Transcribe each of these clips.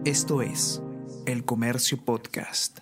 Esto es El Comercio Podcast.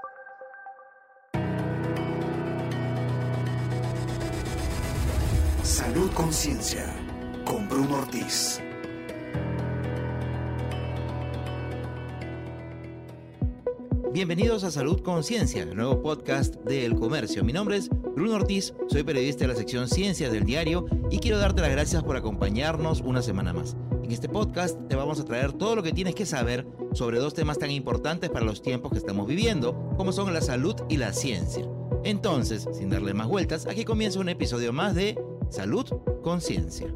Salud Conciencia con Bruno Ortiz. Bienvenidos a Salud Conciencia, el nuevo podcast de El Comercio. Mi nombre es Bruno Ortiz, soy periodista de la sección Ciencias del Diario y quiero darte las gracias por acompañarnos una semana más. En este podcast te vamos a traer todo lo que tienes que saber sobre dos temas tan importantes para los tiempos que estamos viviendo, como son la salud y la ciencia. Entonces, sin darle más vueltas, aquí comienza un episodio más de Salud Conciencia.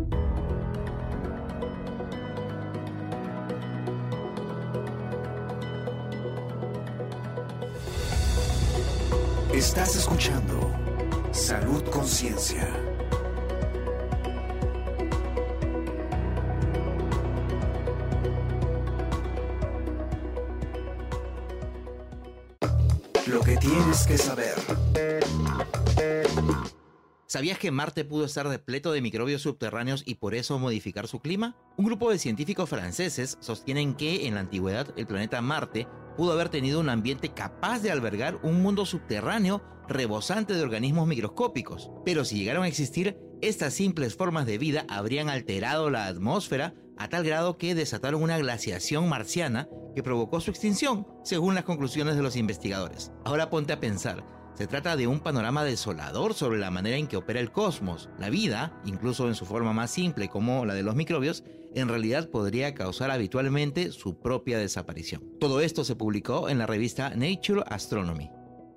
Estás escuchando Salud Conciencia. Lo que tienes que saber. ¿Sabías que Marte pudo estar repleto de microbios subterráneos y por eso modificar su clima? Un grupo de científicos franceses sostienen que en la antigüedad el planeta Marte pudo haber tenido un ambiente capaz de albergar un mundo subterráneo rebosante de organismos microscópicos. Pero si llegaron a existir, estas simples formas de vida habrían alterado la atmósfera a tal grado que desataron una glaciación marciana que provocó su extinción, según las conclusiones de los investigadores. Ahora ponte a pensar. Se trata de un panorama desolador sobre la manera en que opera el cosmos. La vida, incluso en su forma más simple como la de los microbios, en realidad podría causar habitualmente su propia desaparición. Todo esto se publicó en la revista Nature Astronomy.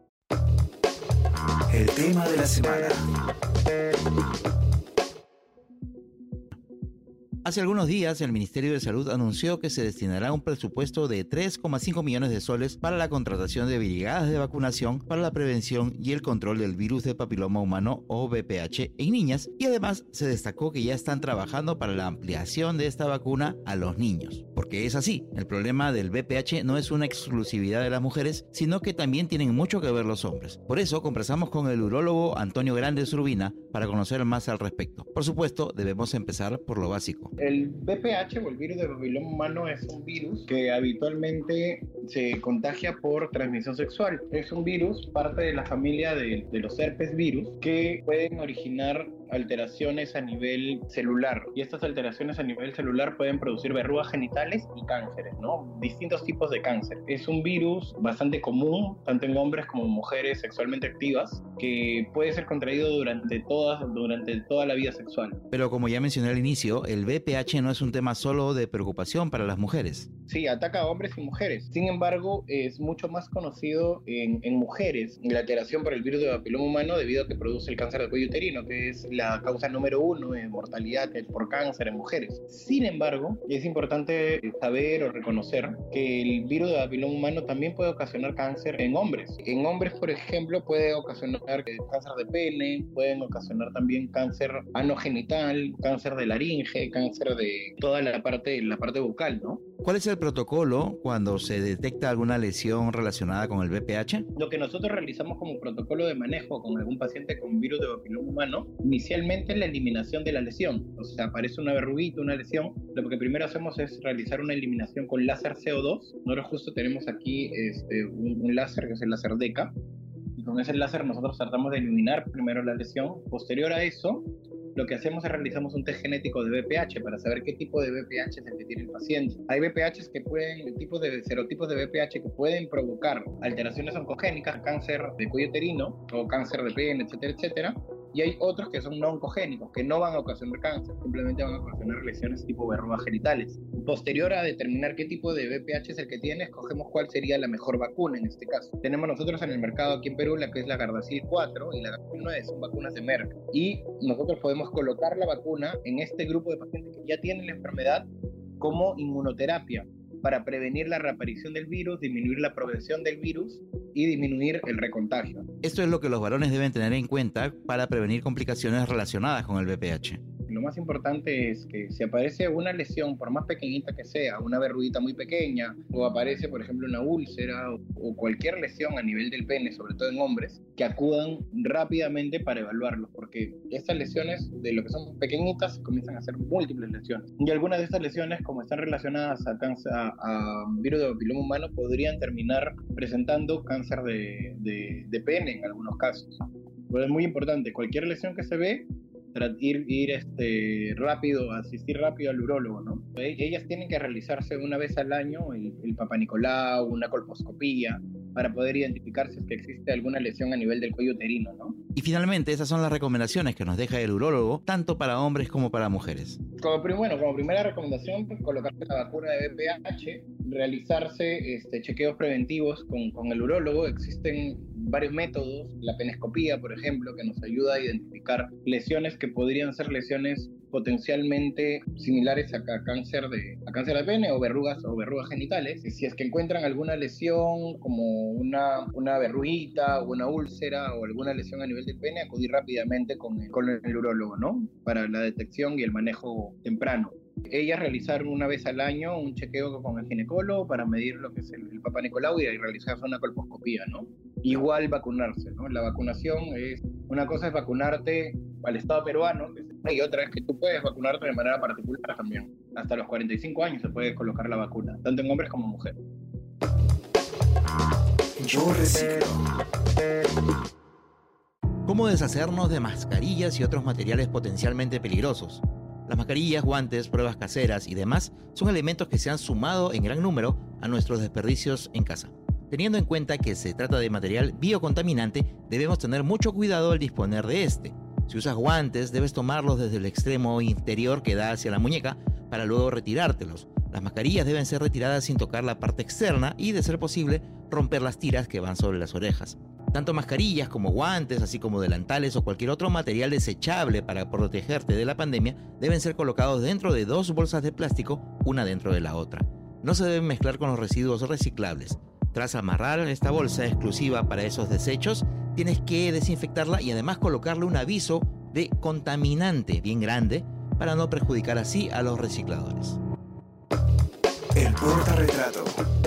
El tema de la semana. Hace algunos días, el Ministerio de Salud anunció que se destinará un presupuesto de 3,5 millones de soles para la contratación de brigadas de vacunación para la prevención y el control del virus de papiloma humano o VPH en niñas, y además se destacó que ya están trabajando para la ampliación de esta vacuna a los niños. Porque es así, el problema del VPH no es una exclusividad de las mujeres, sino que también tienen mucho que ver los hombres. Por eso conversamos con el urólogo Antonio Grandes Urbina para conocer más al respecto. Por supuesto, debemos empezar por lo básico. El VPH o el virus de papiloma humano es un virus que habitualmente se contagia por transmisión sexual. Es un virus, parte de la familia de los herpes virus, que pueden originar alteraciones a nivel celular, y estas alteraciones a nivel celular pueden producir verrugas genitales y cánceres, ¿no? Distintos tipos de cáncer. Es un virus bastante común, tanto en hombres como en mujeres sexualmente activas, que puede ser contraído durante toda la vida sexual. Pero como ya mencioné al inicio, el VPH no es un tema solo de preocupación para las mujeres. Sí, ataca a hombres y mujeres. Sin embargo, es mucho más conocido en mujeres la alteración por el virus de papiloma humano debido a que produce el cáncer de cuello uterino, que es la causa número 1 de mortalidad por cáncer en mujeres. Sin embargo, es importante saber o reconocer que el virus de papiloma humano también puede ocasionar cáncer en hombres. En hombres, por ejemplo, puede ocasionar cáncer de pene, pueden ocasionar también cáncer anogenital, cáncer de laringe, cáncer de toda la parte bucal, ¿no? ¿Cuál es el protocolo cuando se detecta alguna lesión relacionada con el VPH? Lo que nosotros realizamos como protocolo de manejo con algún paciente con virus de papiloma humano, inicialmente es la eliminación de la lesión. O sea, aparece una verruguita, una lesión. Lo que primero hacemos es realizar una eliminación con láser CO2. Nosotros justo tenemos aquí un láser que es el láser DECA. Y con ese láser nosotros tratamos de eliminar primero la lesión. Posterior a eso, lo que hacemos es realizamos un test genético de VPH para saber qué tipo de VPH es el que tiene el paciente. Hay VPHs que serotipos de VPH que pueden provocar alteraciones oncogénicas, cáncer de cuello uterino o cáncer de pene, etcétera, etcétera. Y hay otros que son no oncogénicos, que no van a ocasionar cáncer, simplemente van a ocasionar lesiones tipo verrugas genitales. Posterior a determinar qué tipo de VPH es el que tiene, escogemos cuál sería la mejor vacuna en este caso. Tenemos nosotros en el mercado aquí en Perú la que es la Gardasil 4 y la Gardasil 9, son vacunas de Merck. Y nosotros podemos colocar la vacuna en este grupo de pacientes que ya tienen la enfermedad como inmunoterapia para prevenir la reaparición del virus, disminuir la progresión del virus y disminuir el recontagio. Esto es lo que los varones deben tener en cuenta para prevenir complicaciones relacionadas con el VPH. Lo lo más importante es que si aparece una lesión, por más pequeñita que sea, una verruguita muy pequeña, o aparece, por ejemplo, una úlcera o cualquier lesión a nivel del pene, sobre todo en hombres, que acudan rápidamente para evaluarlos, porque estas lesiones, de lo que son pequeñitas, comienzan a ser múltiples lesiones. Y algunas de estas lesiones, como están relacionadas a cáncer, a virus de papiloma humano, podrían terminar presentando cáncer de pene en algunos casos. Pero es muy importante, cualquier lesión que se ve, asistir rápido al urólogo, ¿no? Ellas tienen que realizarse una vez al año el Papá Nicolau, una colposcopía, para poder identificar si es que existe alguna lesión a nivel del cuello uterino, ¿no? Y finalmente, esas son las recomendaciones que nos deja el urólogo, tanto para hombres como para mujeres. Como primera recomendación, colocarse la vacuna de VPH, realizarse chequeos preventivos con el urólogo. Existen varios métodos, la penescopía, por ejemplo, que nos ayuda a identificar lesiones que podrían ser lesiones potencialmente similares a cáncer de pene o verrugas genitales. Si es que encuentran alguna lesión como una verruguita o una úlcera o alguna lesión a nivel del pene, acudir rápidamente con el urólogo, ¿no? Para la detección y el manejo temprano. Ellas realizaron una vez al año un chequeo con el ginecólogo para medir lo que es el Papá Nicolau y realizarse una colposcopía, ¿no? Igual vacunarse, ¿no? La vacunación una cosa es vacunarte al Estado peruano, y otra es que tú puedes vacunarte de manera particular también. Hasta los 45 años se puede colocar la vacuna, tanto en hombres como en mujeres. Yo reciclo. ¿Cómo deshacernos de mascarillas y otros materiales potencialmente peligrosos? Las mascarillas, guantes, pruebas caseras y demás son elementos que se han sumado en gran número a nuestros desperdicios en casa. Teniendo en cuenta que se trata de material biocontaminante, debemos tener mucho cuidado al disponer de este. Si usas guantes, debes tomarlos desde el extremo interior que da hacia la muñeca para luego retirártelos. Las mascarillas deben ser retiradas sin tocar la parte externa y, de ser posible, romper las tiras que van sobre las orejas. Tanto mascarillas como guantes, así como delantales o cualquier otro material desechable para protegerte de la pandemia, deben ser colocados dentro de 2 bolsas de plástico, una dentro de la otra. No se deben mezclar con los residuos reciclables. Tras amarrar esta bolsa exclusiva para esos desechos, tienes que desinfectarla y además colocarle un aviso de contaminante bien grande para no perjudicar así a los recicladores. El portarretrato.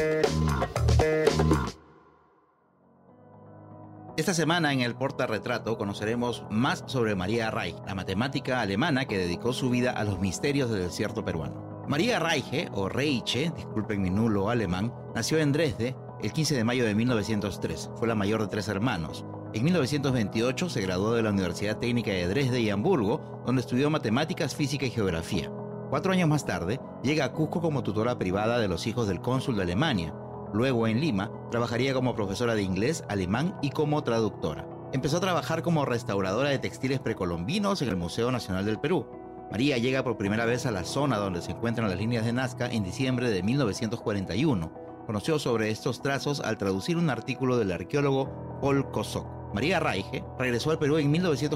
Esta semana en el portarretrato conoceremos más sobre Maria Reich, la matemática alemana que dedicó su vida a los misterios del desierto peruano. Maria Reich, o Reiche, disculpen mi nulo alemán, nació en Dresde el 15 de mayo de 1903. Fue la mayor de 3 hermanos. En 1928 se graduó de la Universidad Técnica de Dresde y Hamburgo, donde estudió matemáticas, física y geografía. 4 años más tarde, llega a Cusco como tutora privada de los hijos del cónsul de Alemania. Luego, en Lima, trabajaría como profesora de inglés, alemán y como traductora. Empezó a trabajar como restauradora de textiles precolombinos en el Museo Nacional del Perú. María llega por primera vez a la zona donde se encuentran las líneas de Nazca en diciembre de 1941. Conoció sobre estos trazos al traducir un artículo del arqueólogo Paul Kosok. Maria Reich regresó al Perú en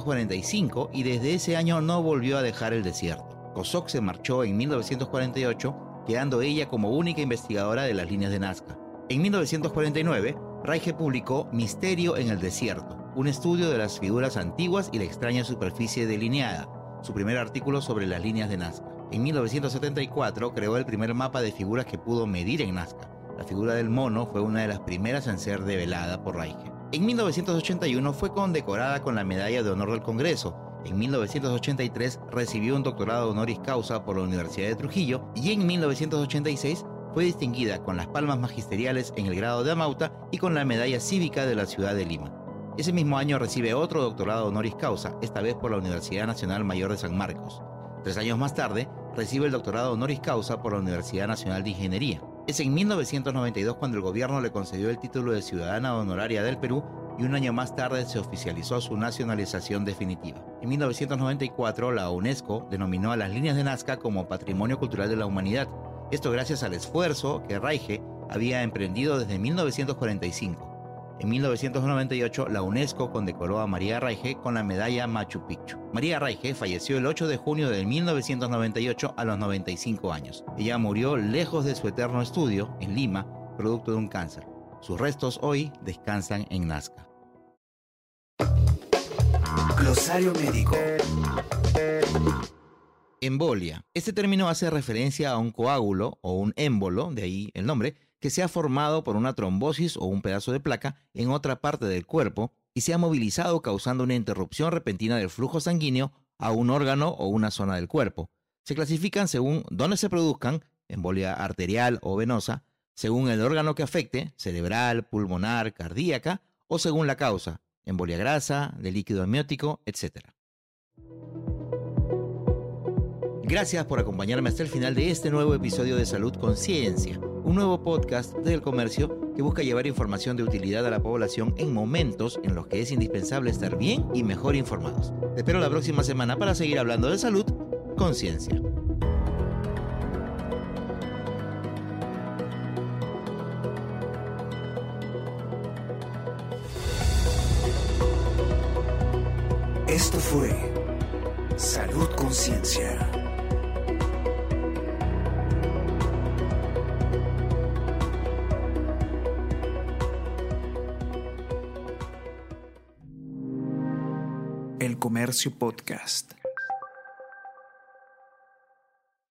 1945 y desde ese año no volvió a dejar el desierto. Kosok se marchó en 1948, quedando ella como única investigadora de las líneas de Nazca. En 1949, Reich publicó Misterio en el desierto, un estudio de las figuras antiguas y la extraña superficie delineada, su primer artículo sobre las líneas de Nazca. En 1974 creó el primer mapa de figuras que pudo medir en Nazca. La figura del mono fue una de las primeras en ser develada por Reich. En 1981 fue condecorada con la Medalla de Honor del Congreso. En 1983 recibió un doctorado honoris causa por la Universidad de Trujillo y en 1986 fue distinguida con las palmas magisteriales en el grado de Amauta y con la Medalla Cívica de la ciudad de Lima. Ese mismo año recibe otro doctorado honoris causa, esta vez por la Universidad Nacional Mayor de San Marcos. 3 años más tarde, recibe el doctorado honoris causa por la Universidad Nacional de Ingeniería. Es en 1992 cuando el gobierno le concedió el título de ciudadana honoraria del Perú y un año más tarde se oficializó su nacionalización definitiva. En 1994, la UNESCO denominó a las líneas de Nazca como Patrimonio Cultural de la Humanidad. Esto gracias al esfuerzo que Reich había emprendido desde 1945. En 1998, la UNESCO condecoró a Maria Reich con la medalla Machu Picchu. Maria Reich falleció el 8 de junio de 1998 a los 95 años. Ella murió lejos de su eterno estudio, en Lima, producto de un cáncer. Sus restos hoy descansan en Nazca. Glosario médico. Embolia. Este término hace referencia a un coágulo o un émbolo, de ahí el nombre, que se ha formado por una trombosis o un pedazo de placa en otra parte del cuerpo y se ha movilizado causando una interrupción repentina del flujo sanguíneo a un órgano o una zona del cuerpo. Se clasifican según dónde se produzcan, embolia arterial o venosa, según el órgano que afecte, cerebral, pulmonar, cardíaca, o según la causa, embolia grasa, de líquido amniótico, etc. Gracias por acompañarme hasta el final de este nuevo episodio de Salud Conciencia, un nuevo podcast del comercio que busca llevar información de utilidad a la población en momentos en los que es indispensable estar bien y mejor informados. Te espero la próxima semana para seguir hablando de salud conciencia. Esto fue Salud Conciencia. El Comercio Podcast.